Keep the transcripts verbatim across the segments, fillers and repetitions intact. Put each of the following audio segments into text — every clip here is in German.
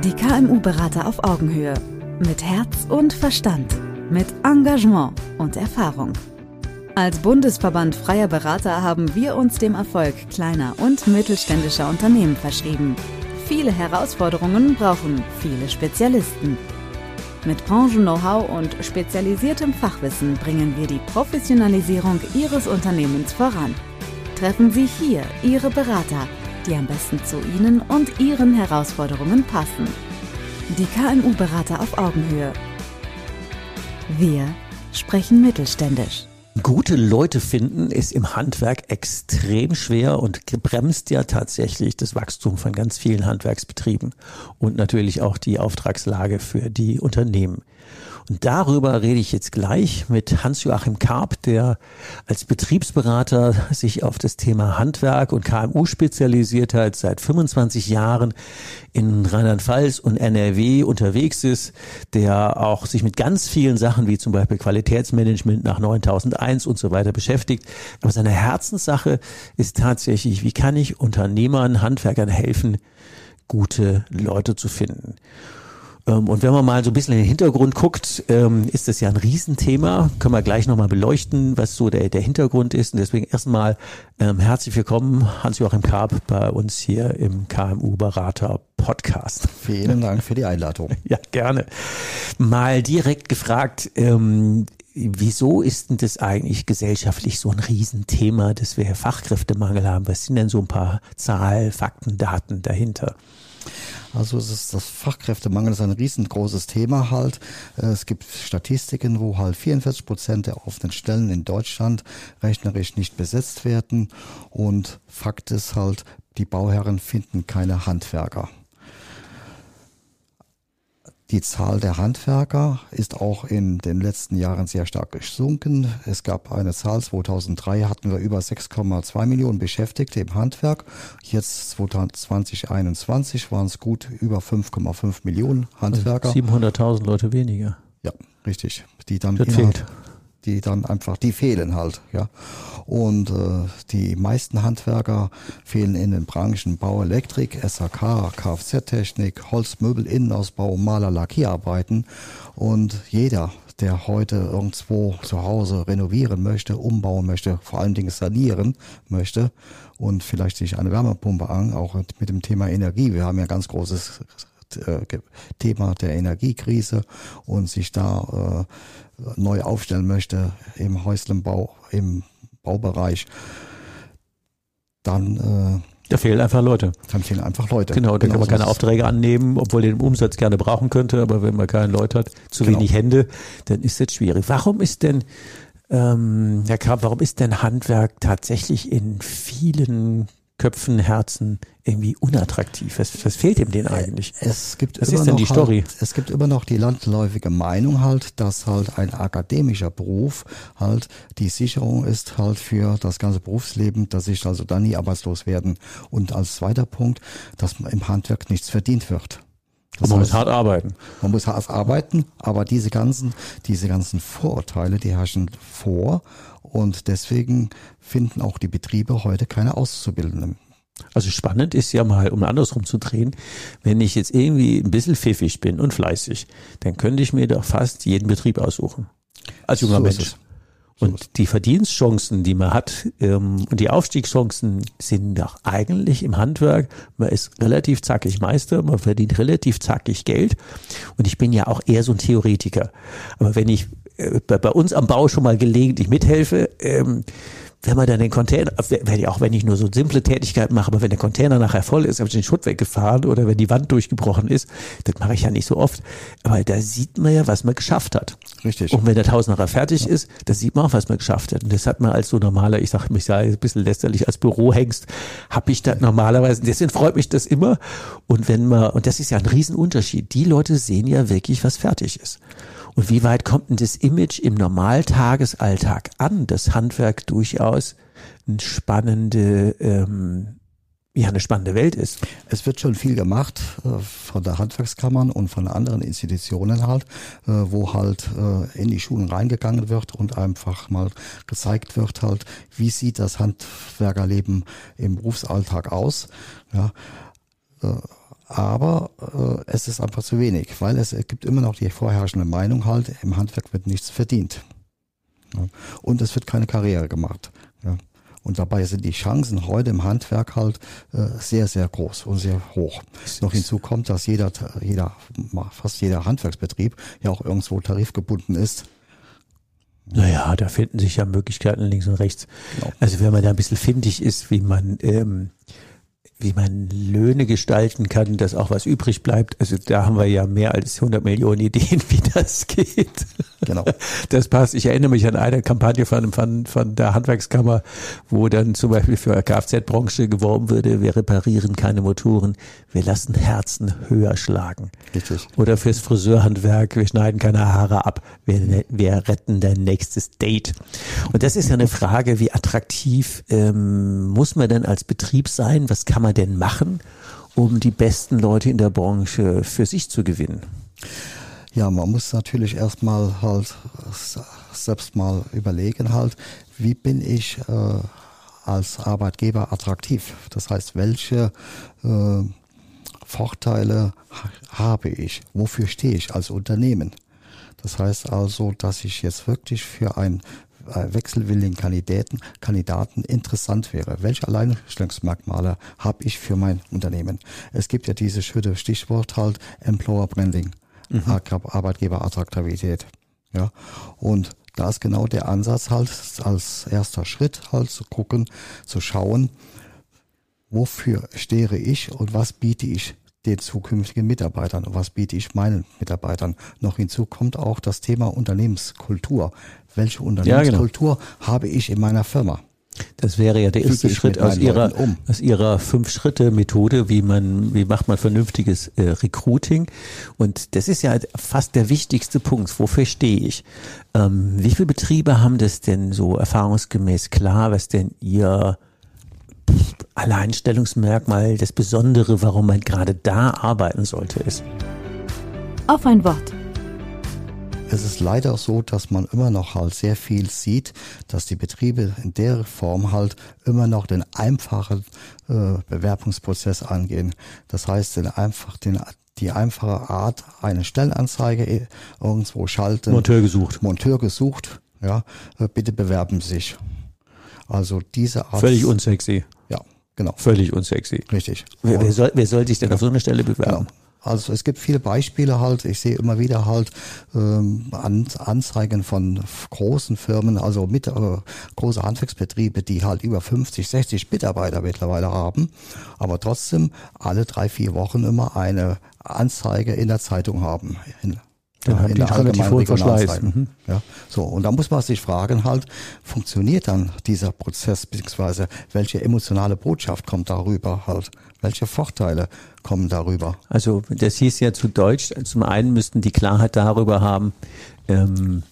Die K M U-Berater auf Augenhöhe. Mit Herz und Verstand. Mit Engagement und Erfahrung. Als Bundesverband freier Berater haben wir uns dem Erfolg kleiner und mittelständischer Unternehmen verschrieben. Viele Herausforderungen brauchen viele Spezialisten. Mit Branchen-Know-how und spezialisiertem Fachwissen bringen wir die Professionalisierung Ihres Unternehmens voran. Treffen Sie hier Ihre Berater, die am besten zu Ihnen und Ihren Herausforderungen passen. Die K M U-Berater auf Augenhöhe. Wir sprechen mittelständisch. Gute Leute finden ist im Handwerk extrem schwer und bremst ja tatsächlich das Wachstum von ganz vielen Handwerksbetrieben und natürlich auch die Auftragslage für die Unternehmen. Und darüber rede ich jetzt gleich mit Hans-Joachim Karp, der als Betriebsberater sich auf das Thema Handwerk und K M U spezialisiert hat, seit fünfundzwanzig Jahren in Rheinland-Pfalz und N R W unterwegs ist, der auch sich mit ganz vielen Sachen wie zum Beispiel Qualitätsmanagement nach neuntausendeins und so weiter beschäftigt. Aber seine Herzenssache ist tatsächlich, wie kann ich Unternehmern, Handwerkern helfen, gute Leute zu finden. Und wenn man mal so ein bisschen in den Hintergrund guckt, ist das ja ein Riesenthema. Können wir gleich nochmal beleuchten, was so der, der Hintergrund ist. Und deswegen erstmal ähm, herzlich willkommen, Hans-Joachim Karp, bei uns hier im K M U-Berater-Podcast. Vielen Dank für die Einladung. Ja, gerne. Mal direkt gefragt, ähm, wieso ist denn das eigentlich gesellschaftlich so ein Riesenthema, dass wir Fachkräftemangel haben? Was sind denn so ein paar Zahlen, Fakten, Daten dahinter? Also es ist das Fachkräftemangel ist ein riesengroßes Thema halt. Es gibt Statistiken, wo halt vierundvierzig Prozent der offenen Stellen in Deutschland rechnerisch nicht besetzt werden. Und Fakt ist halt, die Bauherren finden keine Handwerker. Die Zahl der Handwerker ist auch in den letzten Jahren sehr stark gesunken. Es gab eine Zahl, zweitausenddrei hatten wir über sechs Komma zwei Millionen Beschäftigte im Handwerk. Jetzt zwanzig einundzwanzig waren es gut über fünf Komma fünf Millionen Handwerker. Also siebenhunderttausend Leute weniger. Ja, richtig. Die dann das innerhalb, fehlt. Die dann einfach, die fehlen halt, ja. Und äh, die meisten Handwerker fehlen in den Branchen Bau, Elektrik, S H K, Kfz-Technik, Holz, Möbel, Innenausbau, Maler, Lackierarbeiten. Und jeder, der heute irgendwo zu Hause renovieren möchte, umbauen möchte, vor allen Dingen sanieren möchte und vielleicht sich eine Wärmepumpe an, auch mit dem Thema Energie. Wir haben ja ein ganz großes Thema der Energiekrise und sich da äh, neu aufstellen möchte im Häuslenbau, im Baubereich, dann äh, da fehlen einfach Leute. Dann fehlen einfach Leute. Genau, da genau kann man so keine Aufträge annehmen, obwohl den Umsatz gerne brauchen könnte, aber wenn man keine Leute hat, zu genau. wenig Hände, dann ist das schwierig. Warum ist denn, ähm, Herr Karp, warum ist denn Handwerk tatsächlich in vielen Köpfen, Herzen irgendwie unattraktiv? Was, was fehlt ihm denn eigentlich? Es gibt was immer ist denn noch die Story? Halt, es gibt immer noch die landläufige Meinung halt, dass halt ein akademischer Beruf halt die Sicherung ist halt für das ganze Berufsleben, dass ich also dann nie arbeitslos werden. Und als zweiter Punkt, dass im Handwerk nichts verdient wird. Das man heißt, muss hart arbeiten. Man muss hart arbeiten, aber diese ganzen, diese ganzen Vorurteile, die herrschen vor und deswegen finden auch die Betriebe heute keine Auszubildenden. Also spannend ist ja mal, um andersrum zu drehen, wenn ich jetzt irgendwie ein bisschen pfiffig bin und fleißig, dann könnte ich mir doch fast jeden Betrieb aussuchen. Als junger so Mensch. Und die Verdienstchancen, die man hat, ähm, und die Aufstiegschancen sind doch eigentlich im Handwerk, man ist relativ zackig Meister, man verdient relativ zackig Geld. Und ich bin ja auch eher so ein Theoretiker. Aber wenn ich äh, bei, bei uns am Bau schon mal gelegentlich mithelfe, ähm, wenn man dann den Container, auch wenn ich nur so simple Tätigkeiten mache, aber wenn der Container nachher voll ist, habe ich den Schutt weggefahren oder wenn die Wand durchgebrochen ist, das mache ich ja nicht so oft. Aber da sieht man ja, was man geschafft hat. Richtig. Und wenn der Tausender fertig ja. ist, da sieht man auch, was man geschafft hat. Und das hat man als so normaler, ich sage mich ja ein bisschen lästerlich, als Bürohengst, habe ich das normalerweise, deswegen freut mich das immer. Und wenn man, und das ist ja ein Riesenunterschied, die Leute sehen ja wirklich, was fertig ist. Und wie weit kommt denn das Image im Normaltagesalltag an, dass Handwerk durchaus eine spannende, ähm, ja, eine spannende Welt ist? Es wird schon viel gemacht äh, von der Handwerkskammern und von anderen Institutionen halt, äh, wo halt äh, in die Schulen reingegangen wird und einfach mal gezeigt wird halt, wie sieht das Handwerkerleben im Berufsalltag aus, ja. Äh, Aber äh, es ist einfach zu wenig, weil es gibt immer noch die vorherrschende Meinung halt, im Handwerk wird nichts verdient. Ja. Und es wird keine Karriere gemacht. Ja. Und dabei sind die Chancen heute im Handwerk halt äh, sehr, sehr groß und sehr hoch. Noch hinzu kommt, dass jeder, jeder, fast jeder Handwerksbetrieb ja auch irgendwo tarifgebunden ist. Naja, da finden sich ja Möglichkeiten links und rechts. Genau. Also wenn man da ein bisschen findig ist, wie man ähm, wie man Löhne gestalten kann, dass auch was übrig bleibt. Also da haben wir ja mehr als hundert Millionen Ideen, wie das geht. Genau. Das passt. Ich erinnere mich an eine Kampagne von, von, von der Handwerkskammer, wo dann zum Beispiel für die Kfz-Branche geworben würde, wir reparieren keine Motoren, wir lassen Herzen höher schlagen. Richtig. Oder fürs Friseurhandwerk, wir schneiden keine Haare ab, wir, wir retten dein nächstes Date. Und das ist ja eine Frage, wie attraktiv ähm, muss man denn als Betrieb sein? Was kann man denn machen, um die besten Leute in der Branche für sich zu gewinnen? Ja, man muss natürlich erstmal halt selbst mal überlegen halt, wie bin ich äh, als Arbeitgeber attraktiv? Das heißt, welche äh, Vorteile habe ich? Wofür stehe ich als Unternehmen? Das heißt also, dass ich jetzt wirklich für einen wechselwilligen Kandidaten, Kandidaten interessant wäre. Welche Alleinstellungsmerkmale habe ich für mein Unternehmen? Es gibt ja dieses schöne Stichwort halt Employer Branding, mhm. Arbeitgeberattraktivität. Ja, und da ist genau der Ansatz halt als erster Schritt halt zu gucken, zu schauen, wofür stehe ich und was biete ich den zukünftigen Mitarbeitern und was biete ich meinen Mitarbeitern. Noch hinzu kommt auch das Thema Unternehmenskultur. Welche Unternehmenskultur ja, genau. habe ich in meiner Firma? Das wäre ja der erste Schritt aus ihrer, um. aus ihrer Fünf-Schritte-Methode, wie man, wie macht man vernünftiges äh, Recruiting. Und das ist ja fast der wichtigste Punkt. Wofür stehe ich? Ähm, wie viele Betriebe haben das denn so erfahrungsgemäß klar, was denn ihr Alleinstellungsmerkmal, das Besondere, warum man gerade da arbeiten sollte, ist? Auf ein Wort. Es ist leider so, dass man immer noch halt sehr viel sieht, dass die Betriebe in der Form halt immer noch den einfachen äh, Bewerbungsprozess angehen. Das heißt, den einfach, den, die einfache Art, eine Stellenanzeige irgendwo schalten. Monteur gesucht. Monteur gesucht, ja, äh, bitte bewerben Sie sich. Also diese Art. Völlig unsexy. Ja, genau. Völlig unsexy. Richtig. Wer, wer, soll, wer soll sich denn ja. auf so eine Stelle bewerben? Genau. Also es gibt viele Beispiele halt, ich sehe immer wieder halt ähm, An Anzeigen von großen Firmen, also mit äh, große Handwerksbetriebe, die halt über fünfzig, sechzig Mitarbeiter mittlerweile haben, aber trotzdem alle drei, vier Wochen immer eine Anzeige in der Zeitung haben. In, Dann haben die relativ hohen Verschleiß. Mhm. Ja, so, und da muss man sich fragen halt, funktioniert dann dieser Prozess, beziehungsweise welche emotionale Botschaft kommt darüber halt? Welche Vorteile kommen darüber? Also das hieß ja zu Deutsch, zum einen müssten die Klarheit darüber haben, ähm,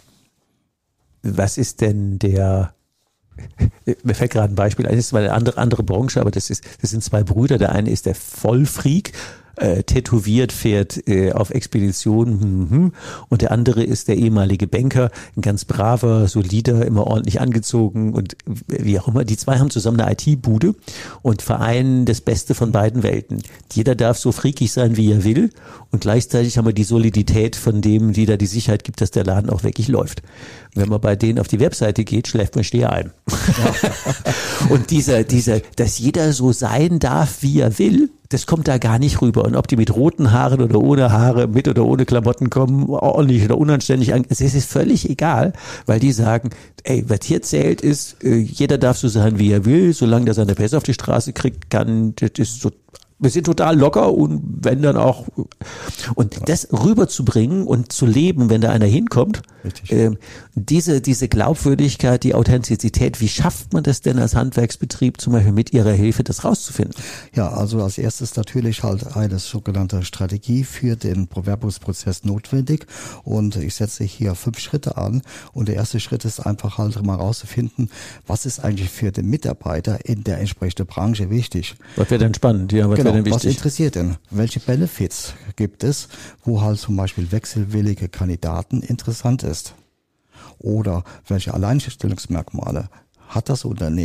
was ist denn der, mir fällt gerade ein Beispiel ein, das ist zwar eine andere, andere Branche, aber das ist, das sind zwei Brüder, der eine ist der Vollfreak, Äh, tätowiert, fährt äh, auf Expedition hm, hm. und der andere ist der ehemalige Banker, ein ganz braver, solider, immer ordentlich angezogen und wie auch immer. Die zwei haben zusammen eine I T-Bude und vereinen das Beste von beiden Welten. Jeder darf so freakig sein, wie er will und gleichzeitig haben wir die Solidität von dem, die da die Sicherheit gibt, dass der Laden auch wirklich läuft. Wenn man bei denen auf die Webseite geht, schläft man still ein. Ja. Und dieser, dieser, dass jeder so sein darf, wie er will, das kommt da gar nicht rüber. Und ob die mit roten Haaren oder ohne Haare, mit oder ohne Klamotten kommen, ordentlich oder unanständig, es ist völlig egal, weil die sagen, ey, was hier zählt ist, jeder darf so sein, wie er will, solange der seine Pässe auf die Straße kriegt, kann, das ist so, wir sind total locker und wenn dann auch, und ja. das rüberzubringen und zu leben, wenn da einer hinkommt, ähm, diese, diese Glaubwürdigkeit, die Authentizität, wie schafft man das denn als Handwerksbetrieb zum Beispiel mit Ihrer Hilfe, das rauszufinden? Ja, also als erstes natürlich halt eine sogenannte Strategie für den Bewerbungsprozess notwendig und ich setze hier fünf Schritte an und der erste Schritt ist einfach halt mal rauszufinden, was ist eigentlich für den Mitarbeiter in der entsprechenden Branche wichtig. Was wäre denn spannend? Ja, was genau. wäre denn wichtig? Was interessiert denn? Welche Benefits gibt es, wo halt zum Beispiel wechselwillige Kandidaten interessant ist? Oder welche Alleinstellungsmerkmale hat das Unternehmen?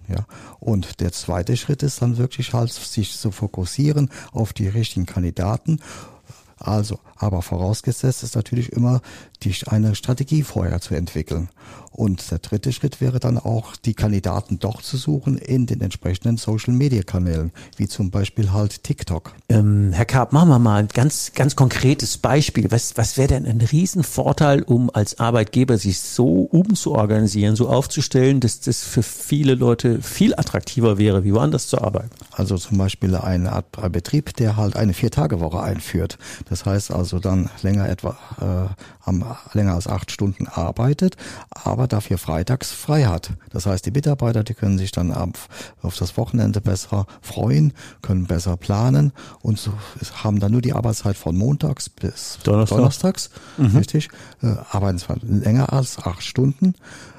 Ja, und der zweite Schritt ist dann wirklich halt, sich zu fokussieren auf die richtigen Kandidaten. Also, aber vorausgesetzt ist natürlich immer, die, eine Strategie vorher zu entwickeln. Und der dritte Schritt wäre dann auch, die Kandidaten doch zu suchen in den entsprechenden Social-Media-Kanälen, wie zum Beispiel halt TikTok. Ähm, Herr Karp, machen wir mal ein ganz, ganz konkretes Beispiel. Was, was wäre denn ein Riesenvorteil, um als Arbeitgeber sich so umzuorganisieren, so aufzustellen, dass das für viele Leute viel attraktiver wäre, wie woanders zu arbeiten? Also zum Beispiel ein, ein Betrieb, der halt eine Vier-Tage-Woche einführt. Das heißt also dann länger etwa äh, am, länger als acht Stunden arbeitet, aber dafür freitags frei hat. Das heißt, die Mitarbeiter, die können sich dann auf, auf das Wochenende besser freuen, können besser planen und so, haben dann nur die Arbeitszeit von montags bis Donnerstag. donnerstags, Mhm. richtig, äh, arbeiten zwar länger als acht Stunden,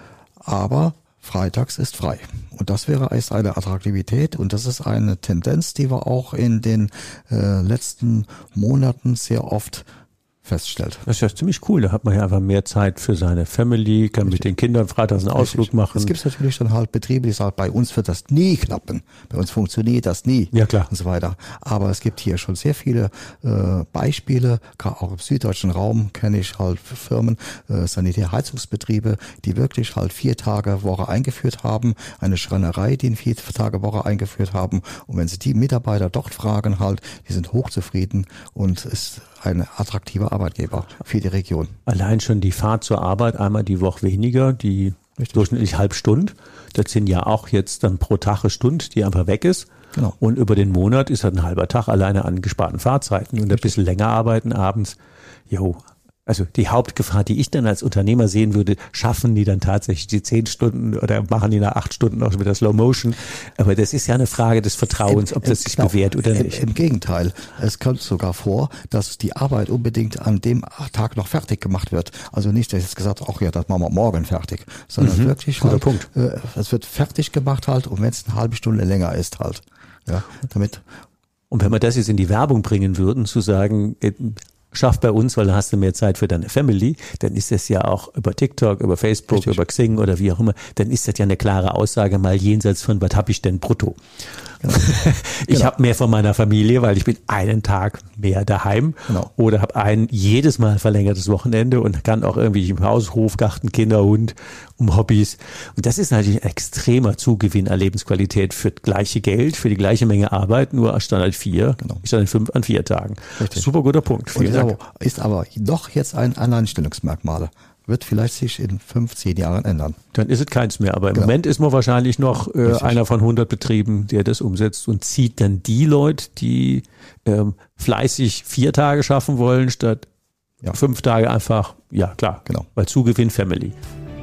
aber freitags ist frei. Und das wäre erst eine Attraktivität und das ist eine Tendenz, die wir auch in den äh, letzten Monaten sehr oft feststellt. Das ist ja ziemlich cool. Da hat man ja einfach mehr Zeit für seine Family, kann Richtig. mit den Kindern freitags einen Ausflug Richtig. machen. Es gibt natürlich dann halt Betriebe, die sagen, bei uns wird das nie klappen. Bei uns funktioniert das nie. Ja, klar. Und so weiter. Aber es gibt hier schon sehr viele äh, Beispiele, gerade auch im süddeutschen Raum kenne ich halt Firmen, äh, Sanitärheizungsbetriebe, die wirklich halt vier Tage Woche eingeführt haben, eine Schreinerei, die eine vier Tage Woche eingeführt haben. Und wenn Sie die Mitarbeiter dort fragen halt, die sind hochzufrieden und ist ein attraktiver Arbeitgeber für die Region. Allein schon die Fahrt zur Arbeit einmal die Woche weniger, die Richtig. durchschnittlich halb Stunde. Das sind ja auch jetzt dann pro Tag eine Stunde, die einfach weg ist. Genau. Und über den Monat ist halt ein halber Tag alleine an gesparten Fahrzeiten und ein bisschen länger arbeiten abends. Jo. Also die Hauptgefahr, die ich dann als Unternehmer sehen würde, schaffen die dann tatsächlich die zehn Stunden oder machen die nach acht Stunden auch wieder Slow Motion. Aber das ist ja eine Frage des Vertrauens, ob das sich Genau. bewährt oder Im, nicht. Im Gegenteil, es kommt sogar vor, dass die Arbeit unbedingt an dem Tag noch fertig gemacht wird. Also nicht, dass jetzt gesagt, ach ja, das machen wir morgen fertig, sondern Mhm. wirklich Guter halt, Punkt. äh, es wird fertig gemacht halt und wenn es eine halbe Stunde länger ist halt. Ja, damit. Und wenn wir das jetzt in die Werbung bringen würden, zu sagen, schaff bei uns, weil dann hast du mehr Zeit für deine Family, dann ist das ja auch über TikTok, über Facebook, Richtig. über Xing oder wie auch immer, dann ist das ja eine klare Aussage mal jenseits von, was hab ich denn brutto? Genau. Ich Genau. habe mehr von meiner Familie, weil ich bin einen Tag mehr daheim Genau. oder habe ein jedes Mal verlängertes Wochenende und kann auch irgendwie im Haus, Hof, Garten, Kinder, Hund, um Hobbys. Und das ist natürlich ein extremer Zugewinn an Lebensqualität für gleiche Geld, für die gleiche Menge Arbeit, nur statt an vier, Genau. statt an fünf an vier Tagen. Richtig. Super guter Punkt. Und Vielen ist Dank. aber, ist aber doch jetzt ein Alleinstellungsmerkmal. Wird vielleicht sich in fünf, zehn Jahren ändern. Dann ist es keins mehr. Aber im Genau. Moment ist man wahrscheinlich noch äh, Richtig. einer von hundert Betrieben, der das umsetzt und zieht dann die Leute, die ähm, fleißig vier Tage schaffen wollen, statt Ja. fünf Tage einfach, ja klar, Genau. weil Zugewinn Family.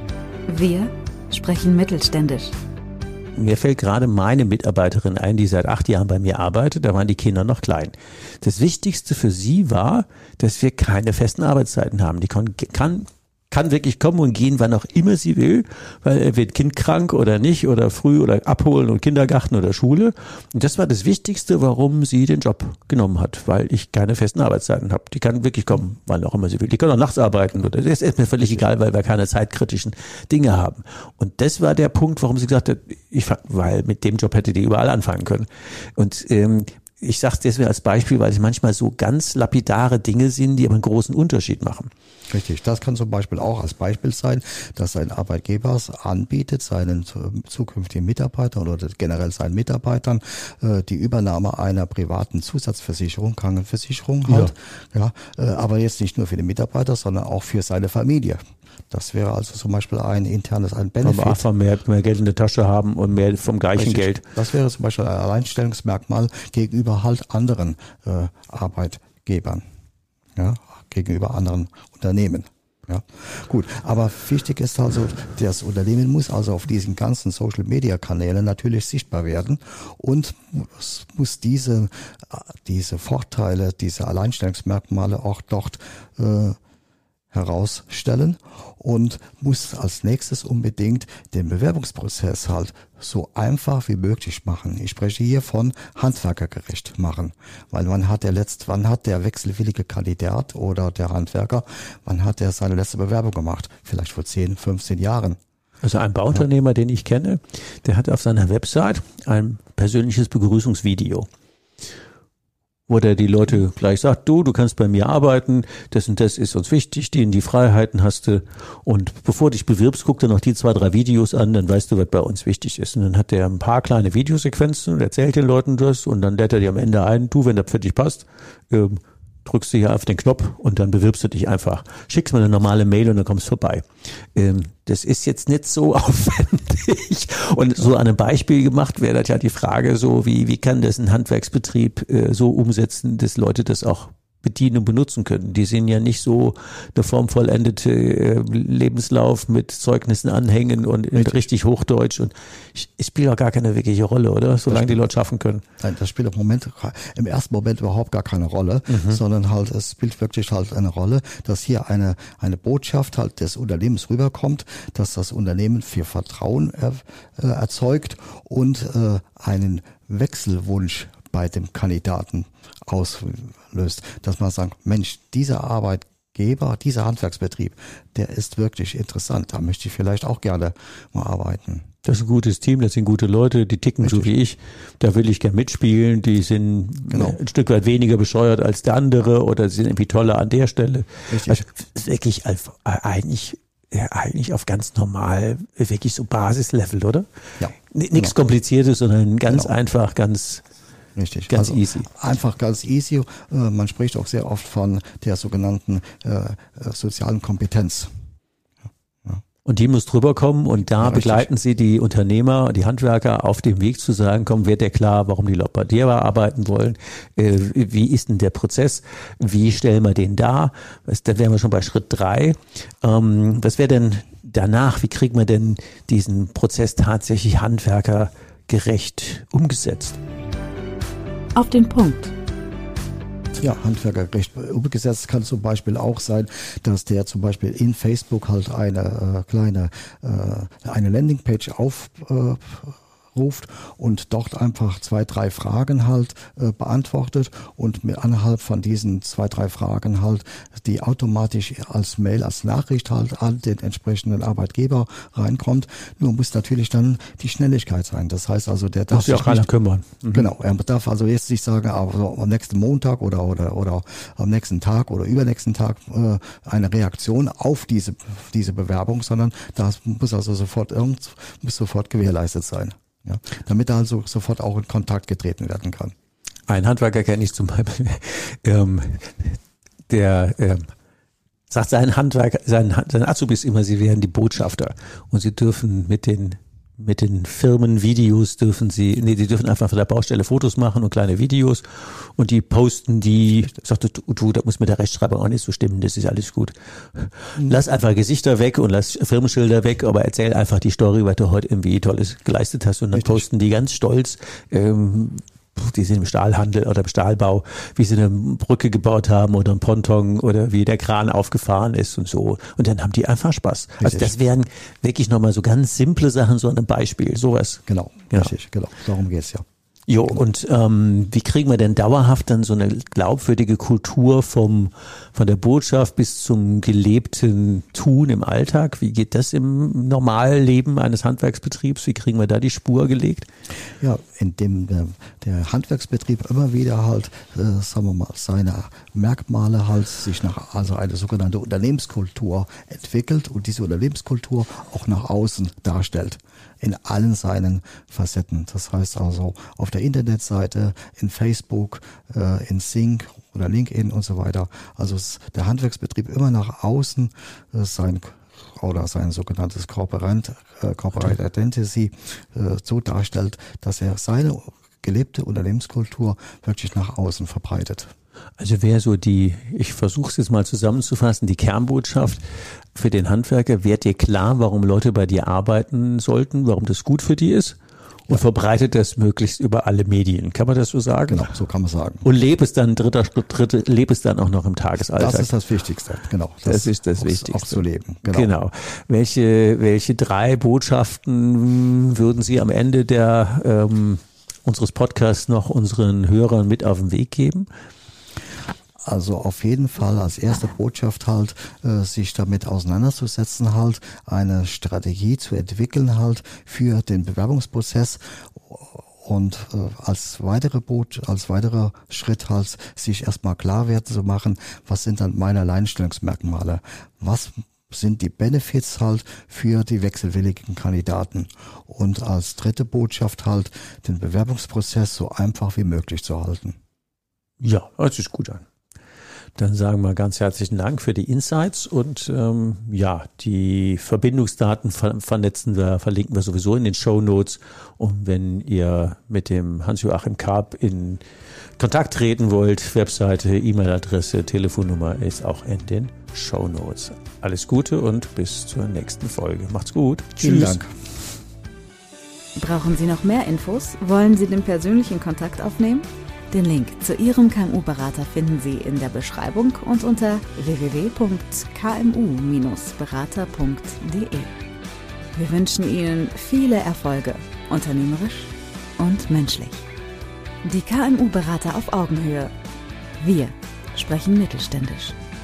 Wir sprechen mittelständisch. Mir fällt gerade meine Mitarbeiterin ein, die seit acht Jahren bei mir arbeitet, da waren die Kinder noch klein. Das Wichtigste für sie war, dass wir keine festen Arbeitszeiten haben. Die kann, kann kann wirklich kommen und gehen, wann auch immer sie will, weil er wird Kind krank oder nicht oder früh oder abholen und Kindergarten oder Schule. Und das war das Wichtigste, warum sie den Job genommen hat, weil ich keine festen Arbeitszeiten habe. Die kann wirklich kommen, wann auch immer sie will. Die kann auch nachts arbeiten oder das ist mir völlig egal, weil wir keine zeitkritischen Dinge haben. Und das war der Punkt, warum sie gesagt hat, ich, weil mit dem Job hätte die überall anfangen können. Und ähm, ich sage es deswegen als Beispiel, weil es manchmal so ganz lapidare Dinge sind, die aber einen großen Unterschied machen. Richtig, das kann zum Beispiel auch als Beispiel sein, dass ein Arbeitgeber es anbietet, seinen zukünftigen Mitarbeitern oder generell seinen Mitarbeitern äh, die Übernahme einer privaten Zusatzversicherung, Krankenversicherung halt, ja, ja äh, aber jetzt nicht nur für den Mitarbeiter, sondern auch für seine Familie. Das wäre also zum Beispiel ein internes, ein Benefit. Aber einfach mehr, mehr Geld in der Tasche haben und mehr vom gleichen Richtig. Geld. Das wäre zum Beispiel ein Alleinstellungsmerkmal gegenüber halt anderen äh, Arbeitgebern, ja, gegenüber anderen Unternehmen. Ja, gut. Aber wichtig ist also, das Unternehmen muss also auf diesen ganzen Social-Media-Kanälen natürlich sichtbar werden und muss, muss diese, diese Vorteile, diese Alleinstellungsmerkmale auch dort äh, herausstellen und muss als nächstes unbedingt den Bewerbungsprozess halt so einfach wie möglich machen. Ich spreche hier von handwerkergerecht machen, weil wann hat der letzt, wann hat der wechselwillige Kandidat oder der Handwerker, wann hat er seine letzte Bewerbung gemacht? Vielleicht vor zehn, fünfzehn Jahren. Also ein Bauunternehmer, ja. den ich kenne, der hat auf seiner Website ein persönliches Begrüßungsvideo, wo der die Leute gleich sagt, du, du kannst bei mir arbeiten, das und das ist uns wichtig, die und die Freiheiten hast du. Und bevor du dich bewirbst, guck dir noch die zwei, drei Videos an, dann weißt du, was bei uns wichtig ist. Und dann hat der ein paar kleine Videosequenzen und erzählt den Leuten das und dann lädt er dir am Ende ein, du, wenn das für dich passt, ähm, drückst du hier auf den Knopf und dann bewirbst du dich einfach. Schickst mir eine normale Mail und dann kommst du vorbei. Ähm, das ist jetzt nicht so aufwendig. Und so an einem Beispiel gemacht wäre das ja die Frage so, wie, wie kann das ein Handwerksbetrieb äh, so umsetzen, dass Leute das auch bedienen und benutzen können. Die sind ja nicht so eine formvollendete äh, Lebenslauf mit Zeugnissen anhängen und in richtig Hochdeutsch und es spielt auch gar keine wirkliche Rolle, oder? Solange die Leute schaffen können. Nein, das spielt im Moment, im ersten Moment überhaupt gar keine Rolle, mhm. sondern halt, es spielt wirklich halt eine Rolle, dass hier eine, eine Botschaft halt des Unternehmens rüberkommt, dass das Unternehmen für Vertrauen er, äh, erzeugt und äh, einen Wechselwunsch bei dem Kandidaten auslöst, dass man sagt, Mensch, dieser Arbeitgeber, dieser Handwerksbetrieb, der ist wirklich interessant, da möchte ich vielleicht auch gerne mal arbeiten. Das ist ein gutes Team, das sind gute Leute, die ticken Richtig. So wie ich, da will ich gern mitspielen, die sind genau. ein Stück weit weniger bescheuert als der andere oder sie sind irgendwie toller an der Stelle. Richtig. Also wirklich eigentlich Ja, eigentlich auf ganz normal, wirklich so Basislevel, oder? Ja. Nichts genau. Kompliziertes, sondern ganz genau. einfach, ganz, Richtig. ganz also easy. Einfach ganz easy. Äh, man spricht auch sehr oft von der sogenannten äh, sozialen Kompetenz. Ja. Und die muss drüber kommen und da ja, begleiten Sie die Unternehmer, die Handwerker auf dem Weg zu sagen, komm, wird dir klar, warum die Leute bei dir arbeiten wollen, äh, wie ist denn der Prozess, wie stellen wir den dar, dann wären wir schon bei Schritt drei. Ähm, was wäre denn danach, wie kriegen wir denn diesen Prozess tatsächlich handwerkergerecht umgesetzt? Auf den Punkt. Ja, handwerkergerecht umgesetzt kann zum Beispiel auch sein, dass der zum Beispiel in Facebook halt eine äh, kleine äh, eine Landingpage aufruft äh, und dort einfach zwei, drei Fragen halt äh, beantwortet und mit innerhalb von diesen zwei, drei Fragen halt die automatisch als Mail, als Nachricht halt an den entsprechenden Arbeitgeber reinkommt. Nur muss natürlich dann die Schnelligkeit sein. Das heißt also, der darf sich auch keiner kümmern. Mhm. Genau, er darf also jetzt nicht sagen, also am nächsten Montag oder oder oder am nächsten Tag oder übernächsten Tag äh, eine Reaktion auf diese diese Bewerbung, sondern das muss also sofort irgend muss sofort gewährleistet sein. Ja, damit also sofort auch in Kontakt getreten werden kann. Ein Handwerker kenne ich zum Beispiel, ähm, der ähm, sagt seinen Handwerker, seinen, seinen Azubis immer, sie wären die Botschafter und sie dürfen mit den mit den Firmenvideos dürfen sie, nee, die dürfen einfach von der Baustelle Fotos machen und kleine Videos und die posten die, sagt du, du, da muss mit der Rechtschreibung auch nicht so stimmen, das ist alles gut. Lass einfach Gesichter weg und lass Firmenschilder weg, aber erzähl einfach die Story, was du heute irgendwie Tolles geleistet hast und dann Richtig. Posten die ganz stolz, ähm, die sind im Stahlhandel oder im Stahlbau, wie sie eine Brücke gebaut haben oder einen Ponton oder wie der Kran aufgefahren ist und so. Und dann haben die einfach Spaß. Richtig. Also das wären wirklich nochmal so ganz simple Sachen, so ein Beispiel, sowas. Genau, genau. Richtig, genau. Darum geht's ja. Jo, genau. Und ähm, wie kriegen wir denn dauerhaft dann so eine glaubwürdige Kultur vom von der Botschaft bis zum gelebten Tun im Alltag? Wie geht das im Normalleben eines Handwerksbetriebs? Wie kriegen wir da die Spur gelegt? Ja, indem der, der Handwerksbetrieb immer wieder halt, äh, sagen wir mal, seine Merkmale halt sich nach, also eine sogenannte Unternehmenskultur entwickelt und diese Unternehmenskultur auch nach außen darstellt. In allen seinen Facetten. Das heißt also auf der Internetseite, in Facebook, äh, in Sync oder LinkedIn und so weiter. Also der Handwerksbetrieb immer nach außen äh, sein oder sein sogenanntes Corporate, äh, Corporate Identity äh, so darstellt, dass er seine gelebte Unternehmenskultur wirklich nach außen verbreitet. Also wäre so die, ich versuche es jetzt mal zusammenzufassen, die Kernbotschaft für den Handwerker, wird dir klar, warum Leute bei dir arbeiten sollten, warum das gut für die ist und ja. verbreitet das möglichst über alle Medien. Kann man das so sagen? Genau, so kann man sagen. Und lebe es dann, dritter Schritt, dritte, lebe es dann auch noch im Tagesalltag. Das ist das Wichtigste, genau. Das, das ist das auch, Wichtigste. Auch zu leben, genau. Genau. Welche, welche drei Botschaften würden Sie am Ende der, ähm, unseres Podcasts noch unseren Hörern mit auf den Weg geben? Also auf jeden Fall als erste Botschaft halt, äh, sich damit auseinanderzusetzen halt, eine Strategie zu entwickeln halt für den Bewerbungsprozess und äh, als weitere Bot, als weiterer Schritt halt, sich erstmal klar werden zu machen, was sind dann meine Alleinstellungsmerkmale, was sind die Benefits halt für die wechselwilligen Kandidaten und als dritte Botschaft halt, den Bewerbungsprozess so einfach wie möglich zu halten. Ja, hört sich gut an. Dann sagen wir ganz herzlichen Dank für die Insights und ähm, ja, die Verbindungsdaten ver- vernetzen wir, verlinken wir sowieso in den Shownotes. Und wenn ihr mit dem Hans-Joachim Karp in Kontakt treten wollt, Webseite, E-Mail-Adresse, Telefonnummer ist auch in den Shownotes. Alles Gute und bis zur nächsten Folge. Macht's gut. Vielen Tschüss. Dank. Brauchen Sie noch mehr Infos? Wollen Sie den persönlichen Kontakt aufnehmen? Den Link zu Ihrem K M U-Berater finden Sie in der Beschreibung und unter w w w punkt k m u berater punkt d e. Wir wünschen Ihnen viele Erfolge, unternehmerisch und menschlich. Die K M U-Berater auf Augenhöhe. Wir sprechen mittelständisch.